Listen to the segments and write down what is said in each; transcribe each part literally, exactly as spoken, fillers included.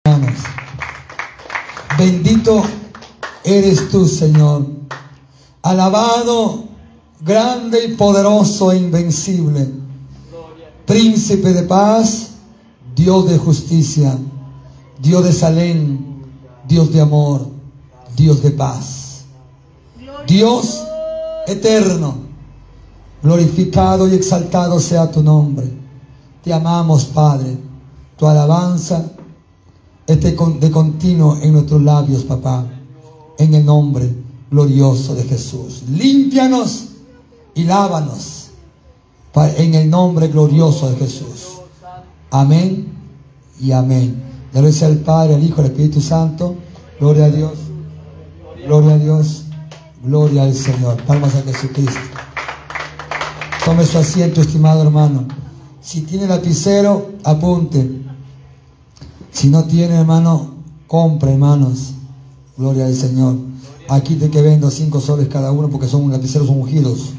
hermanos. Bendito eres tú, Señor. Alabado, grande y poderoso e invencible. Príncipe de paz, Dios de justicia, Dios de Salem, Dios de amor, Dios de paz. Dios eterno, glorificado y exaltado sea tu nombre. Te amamos, Padre. Tu alabanza esté de continuo en nuestros labios, papá, en el nombre glorioso de Jesús. Límpianos y lávanos en el nombre glorioso de Jesús. Amén y amén. Gloria sea al Padre, al Hijo y al Espíritu Santo. Gloria a Dios. Gloria a Dios. Gloria al Señor. Palmas a Jesucristo. Tome su asiento, estimado hermano. Si tiene lapicero, apunte. Si no tiene, hermano, compre, hermanos. Gloria al Señor. Aquí te que vendo cinco soles cada uno porque son lapiceros ungidos.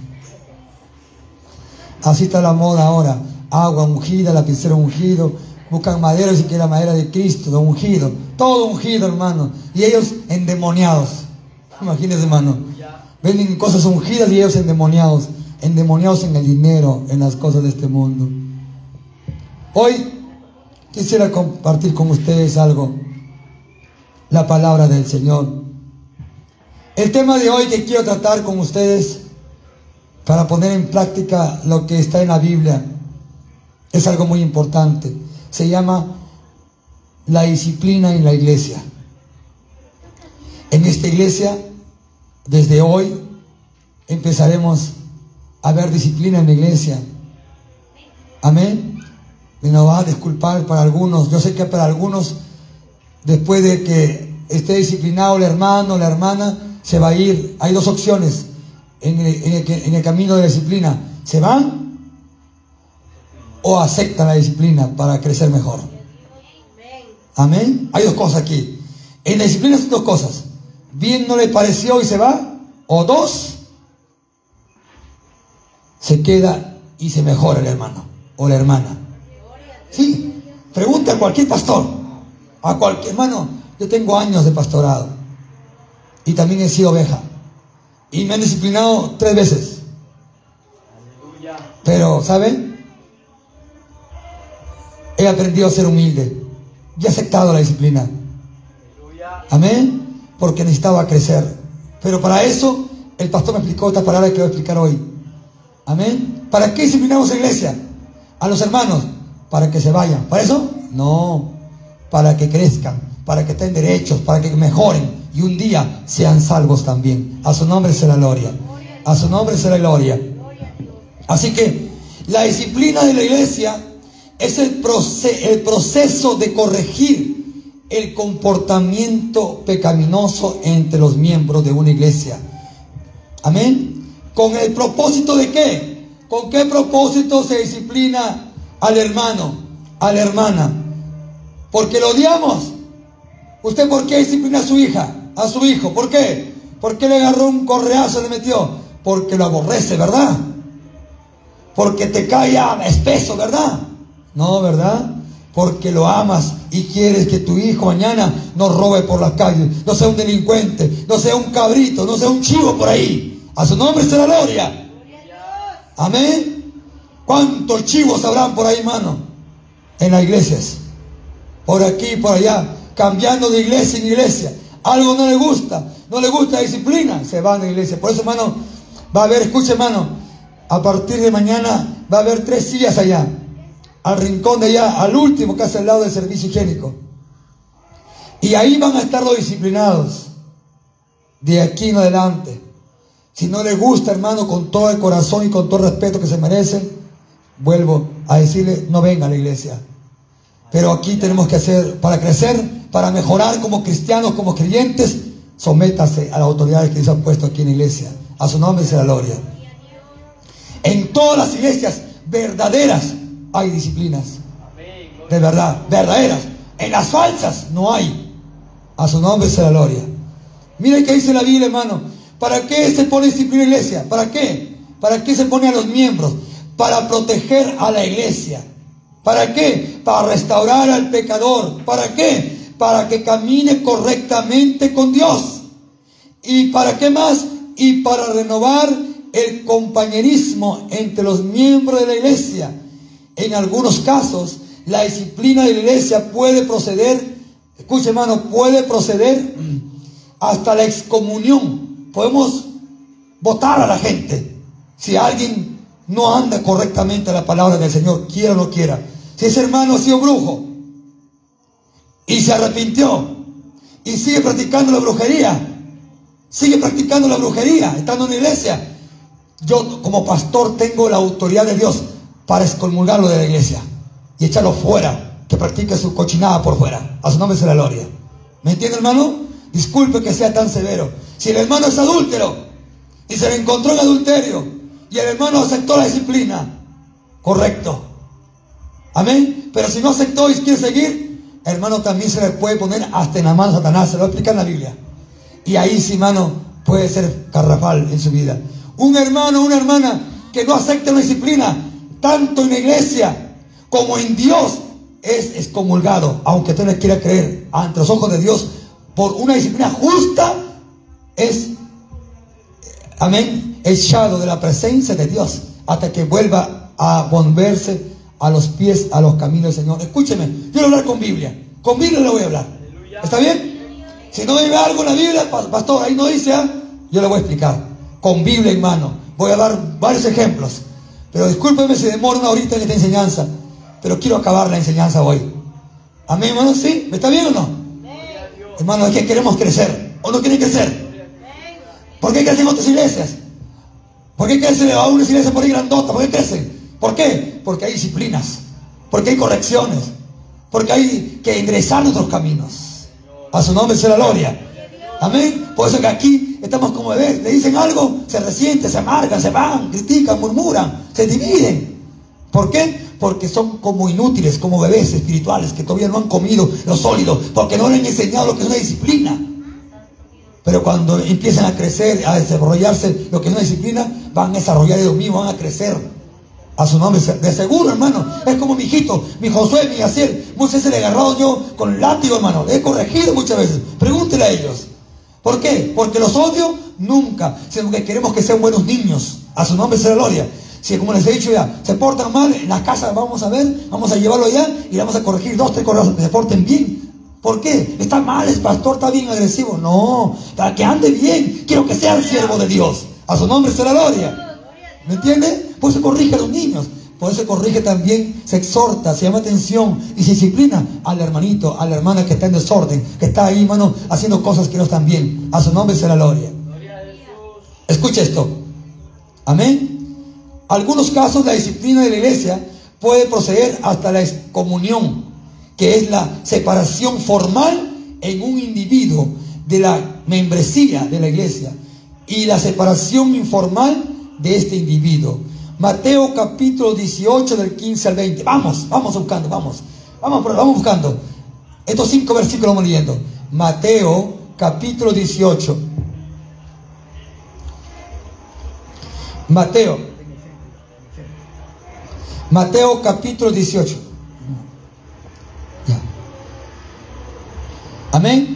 Así está la moda ahora. Agua ungida, lapicero ungido. Buscan madera, si quiere la madera de Cristo, de ungido. Todo ungido, hermano. Y ellos endemoniados. Imagínense, hermano. Venden cosas ungidas y ellos endemoniados. Endemoniados en el dinero, en las cosas de este mundo. Hoy quisiera compartir con ustedes algo. La palabra del Señor. El tema de hoy que quiero tratar con ustedes, para poner en práctica lo que está en la Biblia, es algo muy importante. Se llama la disciplina en la iglesia. En esta iglesia, desde hoy, empezaremos a ver disciplina en la iglesia. Amén. Me nos va a disculpar para algunos. Yo sé que para algunos, después de que esté disciplinado el hermano o la hermana, se va a ir. Hay dos opciones en el, en el, en el camino de la disciplina. ¿Se van o aceptan la disciplina para crecer mejor? Amén. Hay dos cosas aquí. En la disciplina son dos cosas. Bien no le pareció y se va. O dos, se queda y se mejora el hermano o la hermana. Sí, pregunta a cualquier pastor, a cualquier hermano. Yo tengo años de pastorado y también he sido oveja y me han disciplinado tres veces. Pero, ¿saben? He aprendido a ser humilde y he aceptado la disciplina. Amén. Porque necesitaba crecer. Pero para eso el pastor me explicó esta palabra que voy a explicar hoy. Amén. ¿Para qué disciplinamos a la iglesia? A los hermanos. ¿Para que se vayan? ¿Para eso? No. Para que crezcan, para que tengan derechos, para que mejoren y un día sean salvos también. A su nombre será gloria. A su nombre será gloria. Así que la disciplina de la iglesia es el, proce el proceso de corregir el comportamiento pecaminoso entre los miembros de una iglesia. Amén. ¿Con el propósito de qué? ¿Con qué propósito se disciplina al hermano, a la hermana? Porque lo odiamos. ¿Usted por qué disciplina a su hija, a su hijo? ¿Por qué? ¿Por qué le agarró un correazo, le metió? Porque lo aborrece, ¿verdad? Porque te cae espeso, ¿verdad? No, ¿verdad? Porque lo amas y quieres que tu hijo mañana no robe por las calles, no sea un delincuente, no sea un cabrito, no sea un chivo por ahí. A su nombre será gloria. Amén. ¿Cuántos chivos habrán por ahí, hermano? En las iglesias. Por aquí, por allá, cambiando de iglesia en iglesia. Algo no le gusta, no le gusta la disciplina, se van de la iglesia. Por eso, hermano, va a haber, escuche, hermano, a partir de mañana va a haber tres sillas allá, al rincón de allá, al último que hace al lado del servicio higiénico. Y ahí van a estar los disciplinados, de aquí en adelante. Si no les gusta, hermano, con todo el corazón y con todo el respeto que se merecen, vuelvo a decirle, no venga a la iglesia. Pero aquí tenemos que hacer, para crecer, para mejorar como cristianos, como creyentes, sométase a las autoridades que Dios ha puesto aquí en la iglesia. A su nombre sea la gloria. En todas las iglesias verdaderas hay disciplinas. De verdad, verdaderas. En las falsas no hay. A su nombre sea la gloria. Miren qué dice la Biblia, hermano. ¿Para qué se pone disciplina en la iglesia? ¿Para qué? ¿Para qué se pone a los miembros? Para proteger a la iglesia. ¿Para qué? Para restaurar al pecador. ¿Para qué? para que camine correctamente con Dios. ¿Y para qué más? Y para renovar el compañerismo entre los miembros de la iglesia. En algunos casos, la disciplina de la iglesia puede proceder, escuche hermano, puede proceder hasta la excomunión. Podemos votar a la gente si alguien no anda correctamente a la palabra del Señor, quiera o no quiera. Si ese hermano ha sido brujo y se arrepintió y sigue practicando la brujería, sigue practicando la brujería, estando en la iglesia, yo como pastor tengo la autoridad de Dios para excomulgarlo de la iglesia y echarlo fuera, que practique su cochinada por fuera. A su nombre sea la gloria. ¿Me entiende, hermano? Disculpe que sea tan severo. Si el hermano es adúltero y se le encontró en adulterio y el hermano aceptó la disciplina, correcto, amén. Pero si no aceptó y quiere seguir, hermano, también se le puede poner hasta en la mano a Satanás. Se lo va a explicar en la Biblia. Y ahí sí, hermano, puede ser garrafal en su vida. Un hermano, una hermana que no acepta la disciplina, tanto en la iglesia como en Dios, es excomulgado, aunque usted no quiera creer, ante los ojos de Dios, por una disciplina justa, es, amén, echado de la presencia de Dios hasta que vuelva a volverse a los pies, a los caminos del Señor. Escúcheme, yo voy a hablar con Biblia, con Biblia le voy a hablar. ¿Está bien? Si no ve algo en la Biblia, pastor, ahí no dice, ¿eh? Yo le voy a explicar, con Biblia en mano. Voy a dar varios ejemplos, pero discúlpeme si demora una horita en esta enseñanza, pero quiero acabar la enseñanza hoy. Amén, hermano, ¿sí? ¿Me está bien o no? Hermano, es que queremos crecer, ¿o no quieren crecer? ¿Por qué crecen otras iglesias? ¿Por qué crecen a unas iglesias por ahí grandotas? ¿Por qué crecen? ¿Por qué? Porque hay disciplinas, porque hay correcciones, porque hay que enderezar nuestros caminos. A su nombre sea la gloria. Amén. Por eso que aquí estamos como bebés. Le dicen algo, se resienten, se amargan, se van, critican, murmuran, se dividen. ¿Por qué? Porque son como inútiles, como bebés espirituales que todavía no han comido lo sólido, porque no le han enseñado lo que es una disciplina. Pero cuando empiezan a crecer, a desarrollarse lo que es una disciplina, van a desarrollar ellos mismos, van a crecer. A su nombre, de seguro, hermano. Es como mi hijito, mi Josué, mi Asiel. Muchas veces le he agarrado yo con látigo, hermano. Le he corregido muchas veces. Pregúntele a ellos. ¿Por qué? Porque los odio nunca, sino que queremos que sean buenos niños. A su nombre sea la gloria. Si, como les he dicho ya, se portan mal, en la casa vamos a ver, vamos a llevarlo allá y le vamos a corregir dos, tres correos que se porten bien. ¿Por qué? Está mal, el pastor está bien agresivo. No, para que ande bien, quiero que sea el siervo de Dios. A su nombre sea la gloria. ¿Me entiende? Por eso corrige a los niños. Por eso corrige también, se exhorta, se llama atención y se disciplina al hermanito, a la hermana que está en desorden, que está ahí, hermano, haciendo cosas que no están bien. A su nombre sea la gloria. Escucha esto. Amén. Algunos casos la disciplina de la iglesia puede proceder hasta la excomunión, que es la separación formal en un individuo de la membresía de la iglesia y la separación informal de este individuo. Mateo capítulo dieciocho del quince al veinte. Vamos, vamos buscando, vamos. Vamos, vamos buscando. Estos cinco versículos vamos leyendo. Mateo capítulo dieciocho. Mateo. Mateo capítulo dieciocho. Ya. Amén.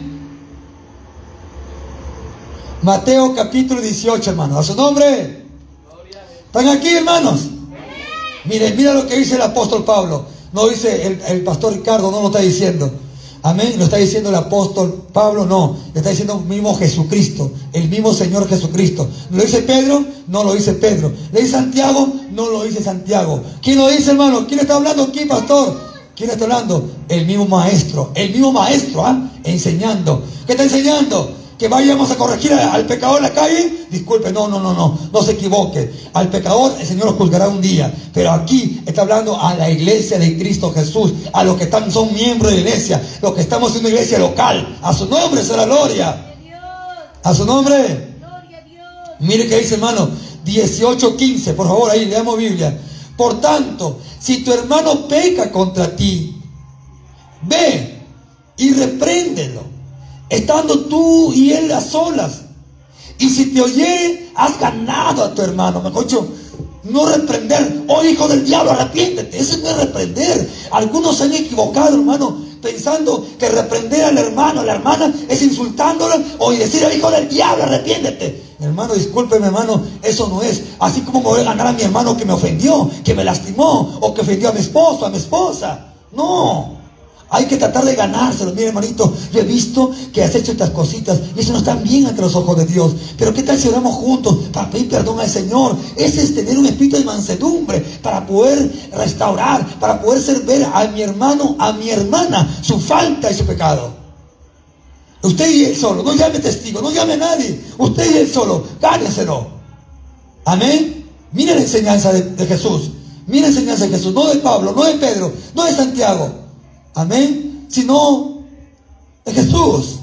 Mateo capítulo dieciocho, hermanos. A su nombre. ¿Están aquí, hermanos? Miren, mira lo que dice el apóstol Pablo. No dice el, el pastor Ricardo, no lo está diciendo. Amén. Lo está diciendo el apóstol Pablo, no. Lo está diciendo el mismo Jesucristo. El mismo Señor Jesucristo. ¿Lo dice Pedro? No lo dice Pedro. ¿Le dice Santiago? No lo dice Santiago. ¿Quién lo dice, hermano? ¿Quién está hablando aquí, pastor? ¿Quién está hablando? El mismo maestro. El mismo maestro, ¿ah? ¿eh? Enseñando. ¿Qué está enseñando? Que vayamos a corregir al pecador en la calle. Disculpe, no, no, no, no, no se equivoque. Al pecador el Señor lo juzgará un día. Pero aquí está hablando a la iglesia de Cristo Jesús, a los que están, son miembros de la iglesia, los que estamos en una iglesia local. A su nombre será gloria. A su nombre. Mire que dice, hermano, dieciocho quince, por favor, ahí leamos Biblia. Por tanto, si tu hermano peca contra ti, ve y repréndelo, estando tú y él a solas. Y si te oyere, has ganado a tu hermano. Mejor dicho, no reprender. Oh, hijo del diablo, arrepiéntete. Eso no es reprender. Algunos se han equivocado, hermano, pensando que reprender al hermano, a la hermana, es insultándola o decir al hijo del diablo, arrepiéntete. Hermano, discúlpeme, hermano, eso no es. Así como me voy a ganar a mi hermano que me ofendió, que me lastimó, o que ofendió a mi esposo, a mi esposa. No. Hay que tratar de ganárselo. Mire, hermanito, yo he visto que has hecho estas cositas y eso no está bien ante los ojos de Dios. Pero ¿qué tal si oramos juntos para pedir perdón al Señor? Ese es tener un espíritu de mansedumbre para poder restaurar, para poder hacer ver a mi hermano, a mi hermana, su falta y su pecado. Usted y él solo, no llame testigo, no llame a nadie. Usted y él solo, gáneselo. Amén. Mire la enseñanza de, de Jesús. Mire la enseñanza de Jesús, no de Pablo, no de Pedro, no de Santiago. Amén, sino de Jesús.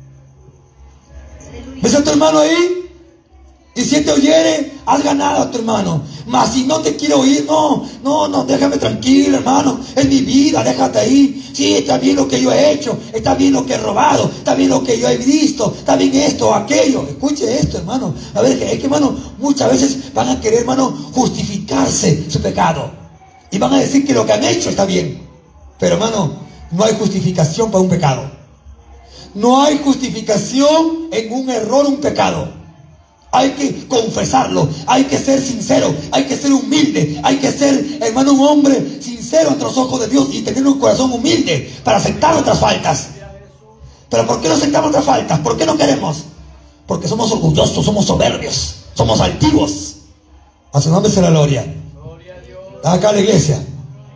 ¿Ves a tu hermano ahí? Y si él te oyere, has ganado a tu hermano. Mas si no te quiere oír, no, no, no, déjame tranquilo, hermano. Es mi vida, déjate ahí. Sí, está bien lo que yo he hecho, está bien lo que he robado, está bien lo que yo he visto, está bien esto o aquello. Escuche esto, hermano. A ver, es que, hermano, muchas veces van a querer, hermano, justificarse su pecado. Y van a decir que lo que han hecho está bien. Pero, hermano, no hay justificación para un pecado. No hay justificación en un error, un pecado. Hay que confesarlo, hay que ser sincero, hay que ser humilde, hay que ser, hermano, un hombre sincero ante los ojos de Dios y tener un corazón humilde para aceptar nuestras faltas. Pero ¿por qué no aceptamos nuestras faltas? ¿Por qué no queremos? Porque somos orgullosos, somos soberbios, somos altivos. A su nombre sea la gloria. Acá la iglesia.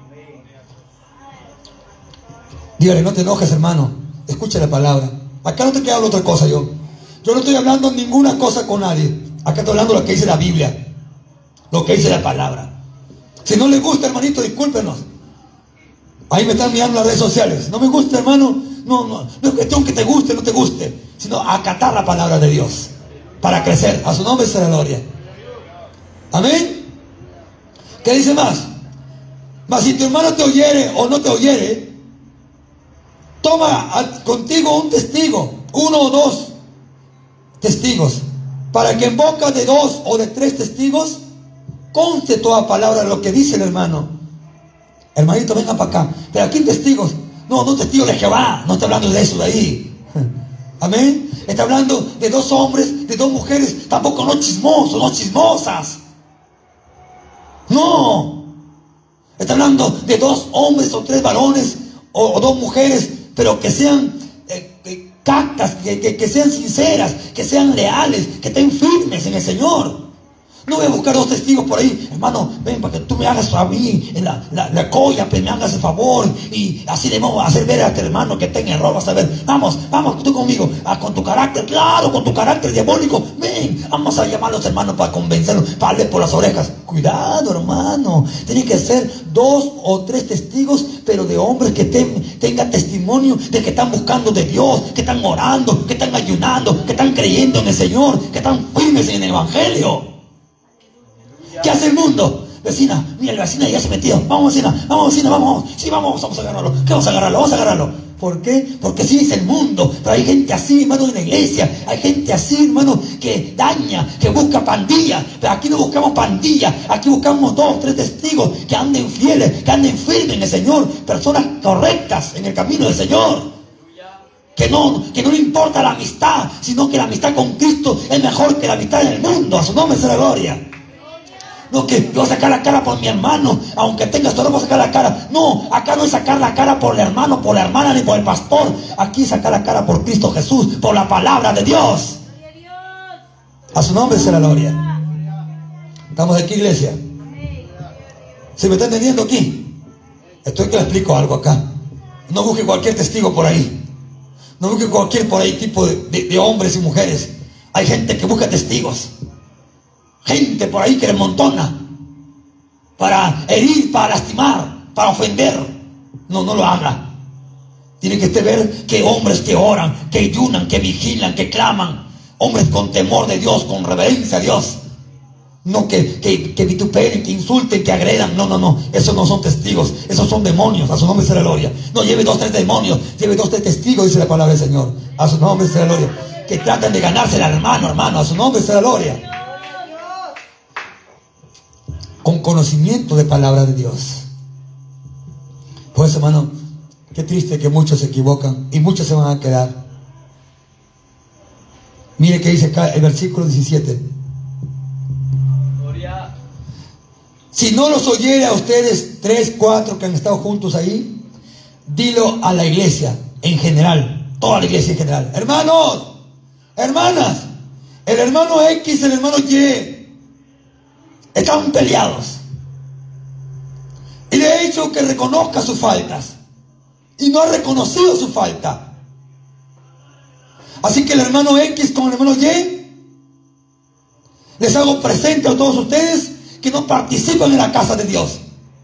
Dígale, no te enojes, hermano. Escucha la palabra. Acá no te queda otra cosa yo. Yo no estoy hablando ninguna cosa con nadie. Acá estoy hablando lo que dice la Biblia. Lo que dice la palabra. Si no le gusta, hermanito, discúlpenos. Ahí me están mirando las redes sociales. No me gusta, hermano. No, no, no es cuestión que te guste o no te guste, sino acatar la palabra de Dios para crecer. A su nombre sea la gloria. Amén. ¿Qué dice más? Mas si tu hermano te oyere o no te oyere, toma a, contigo un testigo, uno o dos testigos, para que en boca de dos o de tres testigos conste toda palabra de lo que dice el hermano. Hermanito, venga para acá. Pero aquí testigos, no, no testigos de Jehová, no está hablando de eso de ahí. Amén. Está hablando de dos hombres, de dos mujeres, tampoco no chismosos, no chismosas. No. Está hablando de dos hombres o tres varones o, o dos mujeres, pero que sean eh, eh, cactas, que, que, que sean sinceras, que sean leales, que estén firmes en el Señor. No voy a buscar dos testigos por ahí, hermano, ven para que tú me hagas a mí en la, la, la colla, pues me hagas el favor y así debemos hacer ver a este hermano que está en error. Vas a ver, vamos, vamos tú conmigo, ah, con tu carácter, claro, con tu carácter diabólico, ven, vamos a llamar a los hermanos para convencerlos, para darle por las orejas. Cuidado, hermano, tiene que ser dos o tres testigos, pero de hombres que ten, tengan testimonio de que están buscando de Dios, que están orando, que están ayunando, que están creyendo en el Señor, que están firmes en el Evangelio. ¿Qué hace el mundo? Vecina, mira, la vecina ya se metió. Vamos, vecina, vamos, vecina, vamos. Sí, vamos, vamos a agarrarlo. ¿Qué vamos a agarrarlo? Vamos a agarrarlo. ¿Por qué? Porque así es el mundo. Pero hay gente así, hermano, en la iglesia. Hay gente así, hermano, que daña, que busca pandilla. Pero aquí no buscamos pandilla. Aquí buscamos dos, tres testigos que anden fieles, que anden firmes en el Señor. Personas correctas en el camino del Señor. Que no, que no le importa la amistad, sino que la amistad con Cristo es mejor que la amistad en el mundo. A su nombre sea la gloria. No, que yo voy a sacar la cara por mi hermano, aunque tenga esto, no voy a sacar la cara. No, acá no es sacar la cara por el hermano, por la hermana, ni por el pastor. Aquí es sacar la cara por Cristo Jesús, por la palabra de Dios. A su nombre sea la gloria. ¿Estamos aquí, iglesia? ¿Se me está entendiendo aquí? Estoy que le explico algo acá. No busque cualquier testigo por ahí. No busque cualquier por ahí tipo de, de, de hombres y mujeres. Hay gente que busca testigos. Gente por ahí que le montona para herir, para lastimar, para ofender. No, no lo haga. Tiene que ver que hombres que oran, que ayunan, que vigilan, que claman. Hombres con temor de Dios, con reverencia a Dios. No que, que, que vituperen, que insulten, que agredan. No, no, no. Esos no son testigos. Esos son demonios. A su nombre sea la gloria. No lleve dos, tres demonios. Lleve dos, tres testigos, dice la palabra del Señor. A su nombre sea la gloria. Que tratan de ganarse al hermano, hermano. A su nombre sea la gloria. Con conocimiento de palabra de Dios. Pues, hermano, Qué triste que muchos se equivocan y muchos se van a quedar. Mire que dice acá el versículo diecisiete. Gloria. Si no los oyere a ustedes, tres, cuatro que han estado juntos ahí, dilo a la iglesia en general, toda la iglesia en general. Hermanos, hermanas, el hermano X, el hermano Y, están peleados. Y le he dicho que reconozca sus faltas. Y no ha reconocido su falta. Así que el hermano X con el hermano Y, les hago presente a todos ustedes que no participan en la casa de Dios.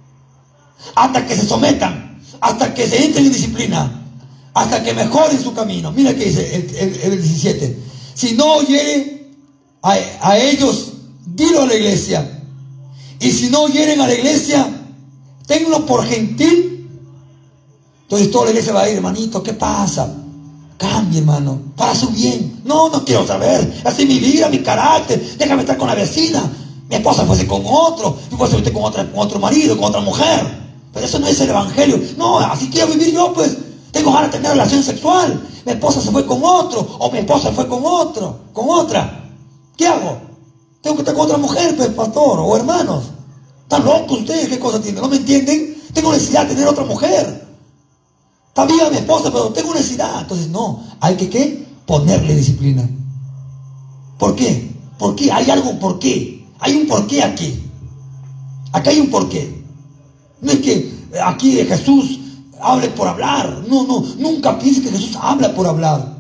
Hasta que se sometan, hasta que se entren en disciplina, hasta que mejoren su camino. Mira que dice el, el, el diecisiete. Si no oyere a, a ellos, dilo a la iglesia. Y si no oyeren a la iglesia, tenlo por gentil. Entonces toda la iglesia va a ir, hermanito, ¿qué pasa? Cambie, hermano, para su bien. No, no quiero saber. Así es mi vida, mi carácter. Déjame estar con la vecina. Mi esposa fuese con otro. Mi esposa fuese con, otra, con otro marido, con otra mujer. Pero eso no es el evangelio. No, así quiero vivir yo, pues. Tengo ganas de tener relación sexual. Mi esposa se fue con otro. O mi esposa fue con otro. Con otra. ¿Qué hago? Tengo que estar con otra mujer, pues, pastor. O hermanos. ¿Están locos ustedes? ¿Qué cosa tienen? ¿No me entienden? Tengo necesidad de tener otra mujer. Está viva mi esposa, pero tengo necesidad. Entonces, no, hay que ¿qué? Ponerle disciplina. ¿Por qué? ¿Por qué? Hay algo por qué. Hay un por qué aquí. Acá hay un por qué. No es que aquí Jesús hable por hablar. No, no, nunca piense que Jesús habla por hablar.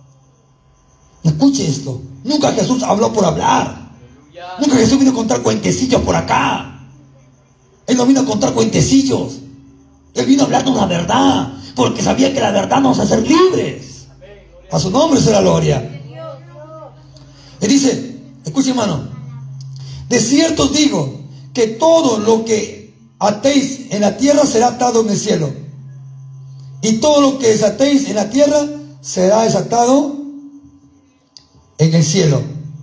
Escuche esto. Nunca Jesús habló por hablar. Nunca Jesús vino a contar cuentecillos por acá. Él no vino a contar cuentecillos. Él vino a hablarnos la verdad. Porque sabía que la verdad nos hace ser libres. A su nombre sea la gloria. Él dice, escuche hermano, de cierto os digo que todo lo que atéis en la tierra será atado en el cielo. Y todo lo que desatéis en la tierra será desatado en el cielo.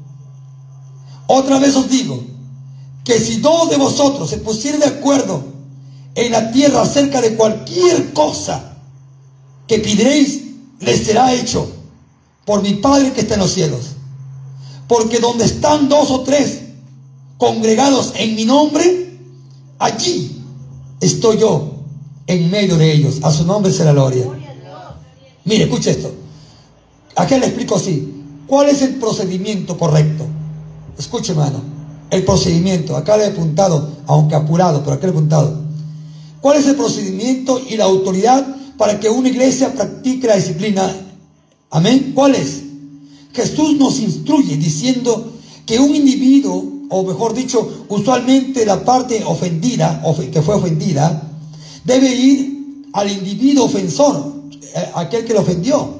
Otra vez os digo que si dos de vosotros se pusieren de acuerdo en la tierra acerca de cualquier cosa que pidiereis, les será hecho por mi Padre que está en los cielos. Porque donde están dos o tres congregados en mi nombre, allí estoy yo en medio de ellos. A su nombre sea la gloria. Mire, escuche esto. Aquí le explico así. ¿Cuál es el procedimiento correcto? Escuche, hermano. El procedimiento. Acá le he apuntado, aunque apurado, pero acá le he apuntado. ¿Cuál es el procedimiento y la autoridad para que una iglesia practique la disciplina? Amén. ¿Cuál es? Jesús nos instruye diciendo que un individuo, o mejor dicho, usualmente la parte ofendida, que fue ofendida, debe ir al individuo ofensor, aquel que lo ofendió,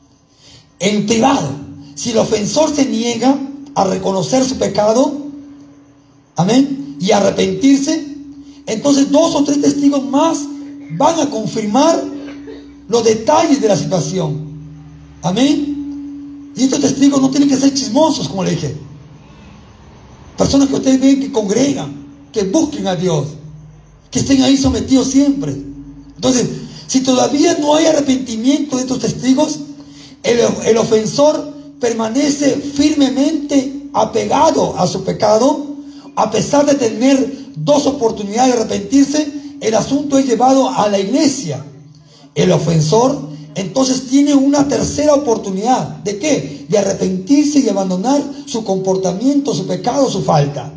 en privado. Si el ofensor se niega a reconocer su pecado, amén, y arrepentirse, entonces dos o tres testigos más van a confirmar los detalles de la situación. Amén. Y estos testigos no tienen que ser chismosos, como le dije. Personas que ustedes ven que congregan, que busquen a Dios, que estén ahí sometidos siempre. Entonces, si todavía no hay arrepentimiento de estos testigos, el, el ofensor permanece firmemente apegado a su pecado, a pesar de tener dos oportunidades de arrepentirse. El asunto es llevado a la iglesia. El ofensor entonces tiene una tercera oportunidad. ¿De qué? De arrepentirse y abandonar su comportamiento, su pecado, su falta.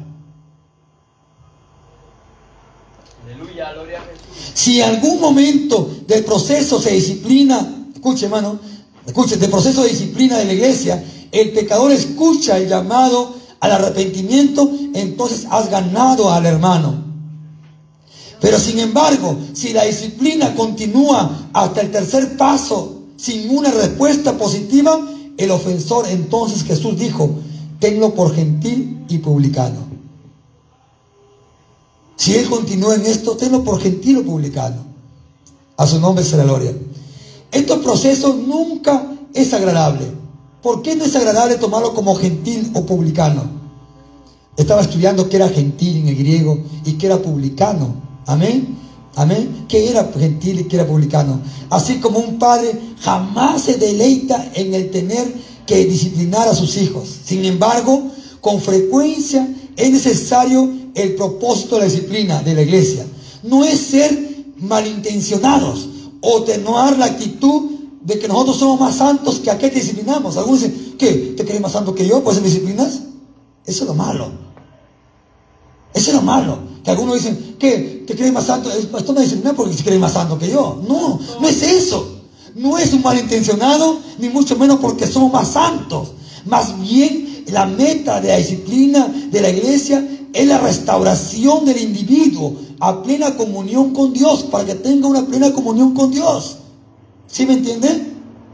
Aleluya, gloria a Jesús. Si en algún momento del proceso se disciplina, escuche hermano, escuche, del proceso de disciplina de la iglesia, el pecador escucha el llamado al arrepentimiento, entonces has ganado al hermano. Pero sin embargo, si la disciplina continúa hasta el tercer paso sin una respuesta positiva, el ofensor, entonces Jesús dijo, tenlo por gentil y publicano. Si él continúa en esto, tenlo por gentil o publicano. A su nombre sea la gloria. Estos procesos nunca es agradable. ¿Por qué no es agradable tomarlo como gentil o publicano? Estaba estudiando que era gentil en el griego y que era publicano. Amén. Amén. Que era gentil y que era publicano. Así como un padre jamás se deleita en el tener que disciplinar a sus hijos. Sin embargo, con frecuencia es necesario el propósito de la disciplina de la iglesia. No es ser malintencionados o tener la actitud de que nosotros somos más santos que aquel que disciplinamos. Algunos dicen, ¿qué? ¿Te crees más santo que yo? ¿Por eso me disciplinas? Eso es lo malo. Eso es lo malo. Que algunos dicen, ¿qué? ¿Te crees más santo? El pastor me disciplina porque se cree más santo que yo. No, no es eso. No es un malintencionado, ni mucho menos porque somos más santos. Más bien, la meta de la disciplina de la iglesia es la restauración del individuo a plena comunión con Dios, para que tenga una plena comunión con Dios. ¿Sí me entiende?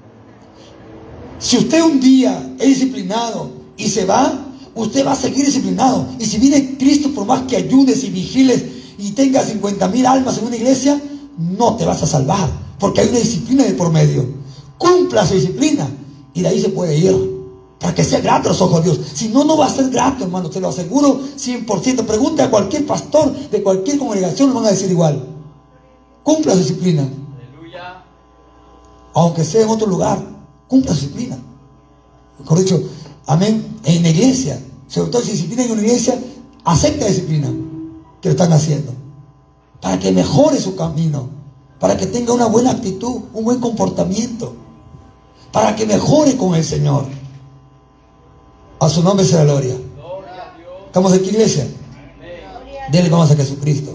Si usted un día es disciplinado y se va, usted va a seguir disciplinado. Y si viene Cristo, por más que ayudes y vigiles y tengas cincuenta mil almas en una iglesia, no te vas a salvar, porque hay una disciplina de por medio. Cumpla su disciplina y de ahí se puede ir, para que sea grato a los ojos de Dios. Si no, no va a ser grato, hermano, te lo aseguro cien por ciento. Pregunte a cualquier pastor de cualquier congregación, lo van a decir igual. Cumpla su disciplina. Aleluya. Aunque sea en otro lugar, cumpla su disciplina. Mejor dicho, amén, en la iglesia, sobre todo si disciplina en una iglesia, acepta la disciplina que lo están haciendo, para que mejore su camino, para que tenga una buena actitud, un buen comportamiento, para que mejore con el Señor. A su nombre sea la gloria. ¿Estamos aquí, iglesia? Dele vamos a Jesucristo.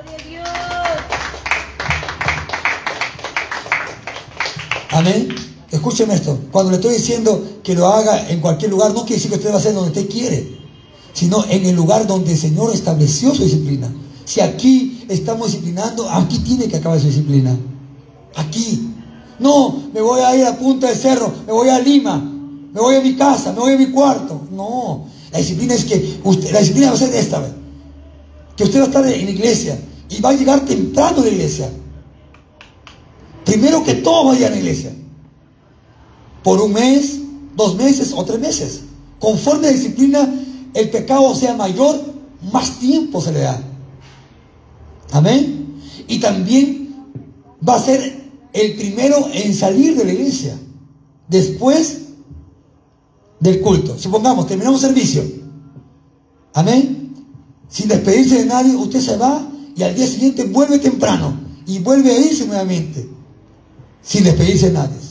Amén. Escúcheme esto. Cuando le estoy diciendo que lo haga en cualquier lugar, no quiere decir que usted va a hacer donde usted quiere, sino en el lugar donde el Señor estableció su disciplina. Si aquí estamos disciplinando, aquí tiene que acabar su disciplina. Aquí. No, me voy a ir a Punta del Cerro, me voy a Lima, me voy a mi casa, me voy a mi cuarto. No, la disciplina es que usted, la disciplina va a ser esta vez, que usted va a estar en la iglesia y va a llegar temprano a la iglesia. Primero que todo va a llegar a la iglesia. Por un mes, dos meses o tres meses. Conforme a la disciplina, el pecado sea mayor, más tiempo se le da. Amén. Y también va a ser el primero en salir de la iglesia después del culto. Supongamos, terminamos servicio. Amén. Sin despedirse de nadie, usted se va y al día siguiente vuelve temprano y vuelve a irse nuevamente sin despedirse de nadie.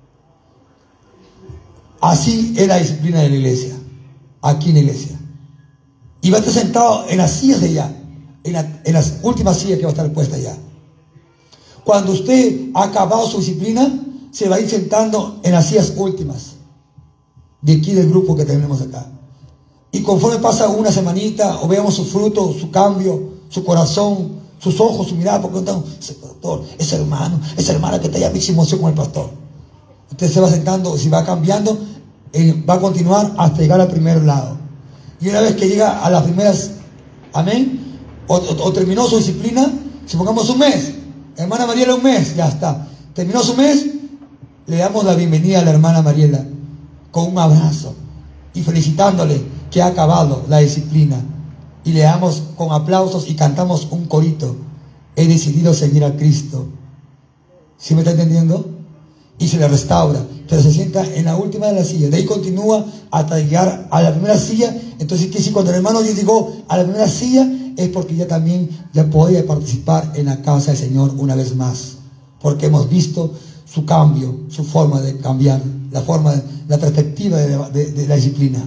Así es la disciplina de la iglesia, aquí en la iglesia. Y va a estar sentado en las sillas de allá, en, la, en las últimas sillas que va a estar puesta allá. Cuando usted ha acabado su disciplina, se va a ir sentando en las sillas últimas de aquí del grupo que tenemos acá. Y conforme pasa una semanita, o veamos su fruto, su cambio, su corazón, sus ojos, su mirada, porque no ese pastor, ese hermano, esa hermana que está allá, mucha emoción con el pastor. Usted se va sentando, si va cambiando, eh, va a continuar hasta llegar al primer lado. Y una vez que llega a las primeras, amén, o, o, o terminó su disciplina, si pongamos un mes, hermana Mariela un mes, ya está. Terminó su mes, le damos la bienvenida a la hermana Mariela con un abrazo y felicitándole que ha acabado la disciplina. Y le damos con aplausos y cantamos un corito. He decidido seguir a Cristo. ¿Sí me está entendiendo? Y se le restaura, pero se sienta en la última de las sillas. De ahí continúa hasta llegar a la primera silla. Entonces, ¿qué si cuando el hermano llegó a la primera silla? Es porque ya también ya podía participar en la casa del Señor una vez más. Porque hemos visto su cambio, su forma de cambiar, la forma, de, la perspectiva de, de, de la disciplina.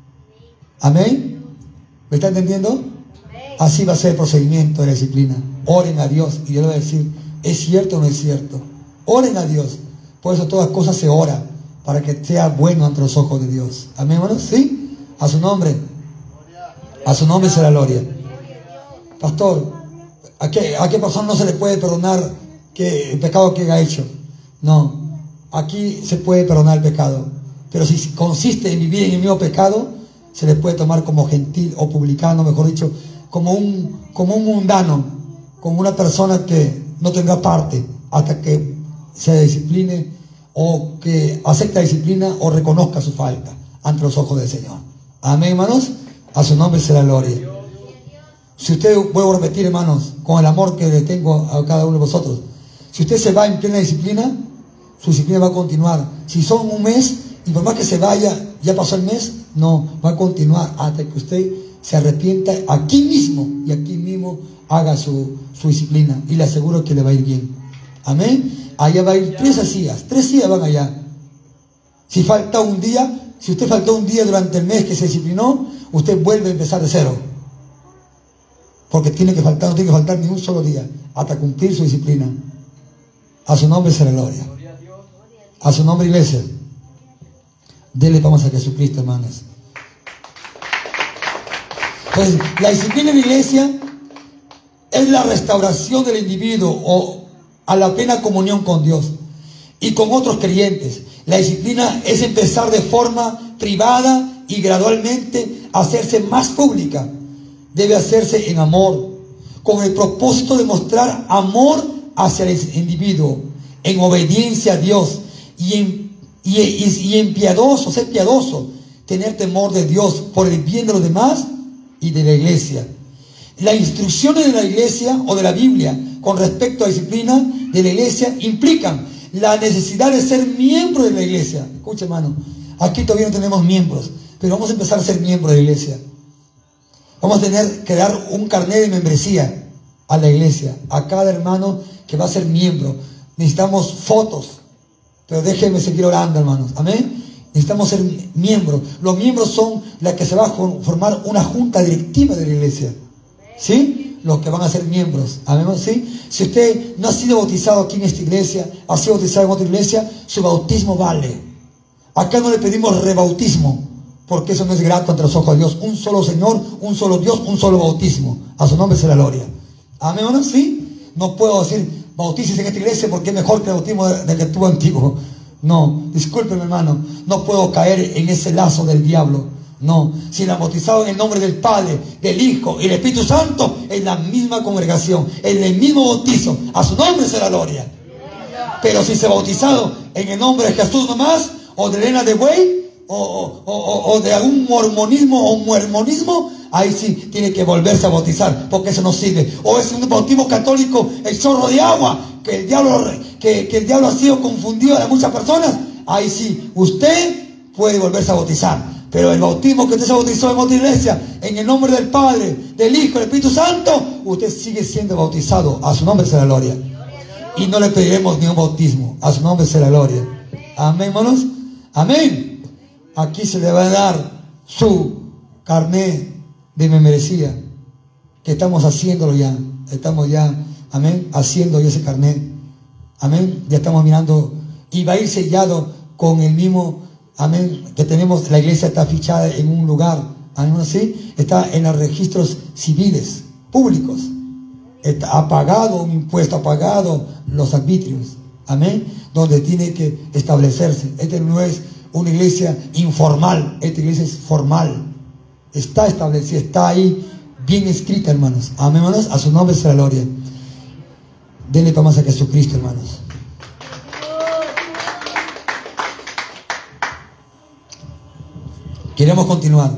Amén. ¿Me está entendiendo? Así va a ser el procedimiento de la disciplina. Oren a Dios y yo le voy a decir, ¿es cierto o no es cierto? Oren a Dios. Por eso todas cosas se ora, para que sea bueno ante los ojos de Dios. Amén, hermanos. ¿Sí? A su nombre. A su nombre será gloria. Pastor, ¿a qué, a qué persona no se le puede perdonar que el pecado que haya hecho? No. Aquí se puede perdonar el pecado. Pero si consiste en vivir en el mismo pecado, se le puede tomar como gentil o publicano, mejor dicho, como un, como un mundano, como una persona que no tendrá parte hasta que se discipline o que acepte la disciplina o reconozca su falta ante los ojos del Señor. Amén, hermanos. A su nombre será gloria. Si usted, vuelvo a repetir, hermanos, con el amor que le tengo a cada uno de vosotros, si usted se va en plena disciplina, su disciplina va a continuar. Si son un mes, y por más que se vaya, ya pasó el mes, no, va a continuar hasta que usted se arrepienta aquí mismo y aquí mismo haga su, su disciplina, y le aseguro que le va a ir bien. Amén. Allá va a ir tres días, tres días van allá. Si falta un día, si usted faltó un día durante el mes que se disciplinó, usted vuelve a empezar de cero. Porque tiene que faltar, no tiene que faltar ni un solo día hasta cumplir su disciplina. A su nombre sea la gloria. A su nombre, iglesia. Dele palmas a Jesucristo, hermanos. Pues la disciplina en la iglesia es la restauración del individuo o a la plena comunión con Dios y con otros creyentes. La disciplina es empezar de forma privada y gradualmente hacerse más pública. Debe hacerse en amor, con el propósito de mostrar amor hacia el individuo, en obediencia a Dios y en, y, y, y en piadoso, ser piadoso, tener temor de Dios por el bien de los demás y de la iglesia. Las instrucciones de la iglesia o de la Biblia con respecto a disciplina de la iglesia implican la necesidad de ser miembro de la iglesia. Escucha, hermano, aquí todavía no tenemos miembros, pero vamos a empezar a ser miembros de la iglesia. Vamos a tener que dar un carnet de membresía a la iglesia, a cada hermano que va a ser miembro. Necesitamos fotos, pero déjenme seguir orando, hermanos. Amén. Necesitamos ser miembros. Los miembros son las que se va a formar una junta directiva de la iglesia. ¿Sí? Los que van a ser miembros. Amén. ¿Sí? Si usted no ha sido bautizado aquí en esta iglesia, ha sido bautizado en otra iglesia, su bautismo vale. Acá no le pedimos rebautismo, porque eso no es grato ante los ojos de Dios. Un solo Señor, un solo Dios, un solo bautismo. A su nombre sea la gloria. Amén, ¿o no? ¿Sí? No puedo decir, bautícese en esta iglesia porque es mejor que el bautismo del que tuvo antiguo. No, discúlpeme, hermano. No puedo caer en ese lazo del diablo. No, si la han bautizado en el nombre del Padre, del Hijo y del Espíritu Santo, en la misma congregación, en el mismo bautizo, a su nombre sea la gloria. Pero si se ha bautizado en el nombre de Jesús nomás, o de Elena de Buey, O, o, o, o de algún mormonismo o muermonismo, ahí sí tiene que volverse a bautizar, porque eso no sirve. O es un bautismo católico, el chorro de agua, que el diablo, que, que el diablo ha sido confundido de muchas personas, ahí sí, usted puede volverse a bautizar. Pero el bautismo que usted se bautizó en otra iglesia, en el nombre del Padre, del Hijo y del Espíritu Santo, usted sigue siendo bautizado. A su nombre sea la gloria. Y no le pediremos ni un bautismo. A su nombre sea la gloria. Amén, hermanos. Amén. Aquí se le va a dar su carnet de membresía, que estamos haciéndolo ya. Estamos ya, amén, haciendo ya ese carnet. Amén. Ya estamos mirando y va a ir sellado con el mismo, amén, que tenemos. La iglesia está fichada en un lugar, amén, así. Está en los registros civiles, públicos. Está apagado un impuesto, apagado los arbitrios. Amén. Donde tiene que establecerse. Este no es una iglesia informal, esta iglesia es formal, está establecida, está ahí bien escrita, hermanos. Amén, hermanos. A su nombre sea la gloria. Denle palmas a Jesucristo, hermanos. Queremos continuar.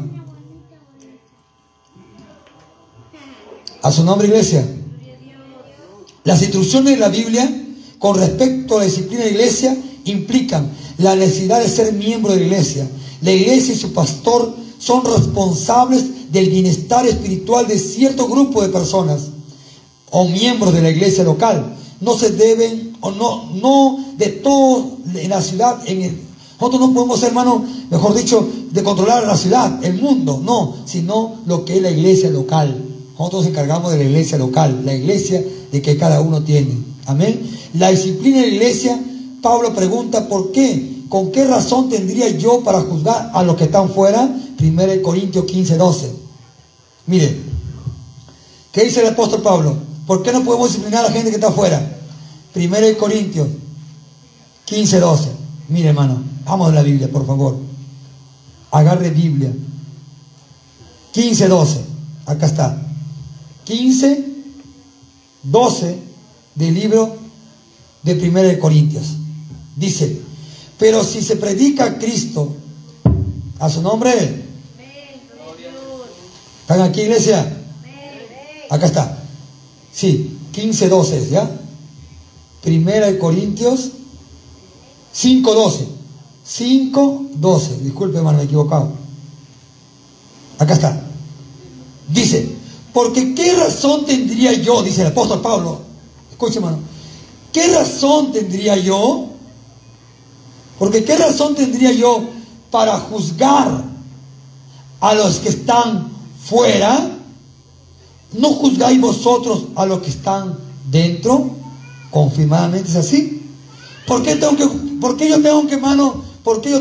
A su nombre, iglesia. Las instrucciones de la Biblia con respecto a la disciplina de la iglesia implican la necesidad de ser miembro de la iglesia. La iglesia y su pastor son responsables del bienestar espiritual de cierto grupo de personas o miembros de la iglesia local. No se deben, o no, no de todo en la ciudad. En el, nosotros no podemos ser, hermano, mejor dicho, de controlar la ciudad, el mundo, no, sino lo que es la iglesia local. Nosotros nos encargamos de la iglesia local, la iglesia de que cada uno tiene. Amén. La disciplina de la iglesia. Pablo pregunta, ¿por qué? ¿Con qué razón tendría yo para juzgar a los que están fuera? primero Corintios quince, doce. Mire, ¿qué dice el apóstol Pablo? ¿Por qué no podemos disciplinar a la gente que está afuera? primero Corintios quince, doce. Mire, hermano, vamos a la Biblia, por favor. Agarre Biblia. quince, doce. Acá está. quince, doce del libro de primero de Corintios. Dice, pero si se predica a Cristo, a su nombre, ¿están aquí, iglesia? Acá está. Sí, quince doce, ¿ya? Primera de Corintios cinco doce. cinco doce. Disculpe, hermano, me he equivocado. Acá está. Dice, porque qué razón tendría yo, dice el apóstol Pablo. Escuche, hermano. ¿Qué razón tendría yo? Porque qué razón tendría yo para juzgar a los que están fuera. ¿No juzgáis vosotros a los que están dentro? Confirmadamente es así. ¿Por qué tengo que, por qué yo tengo que, hermano, por qué yo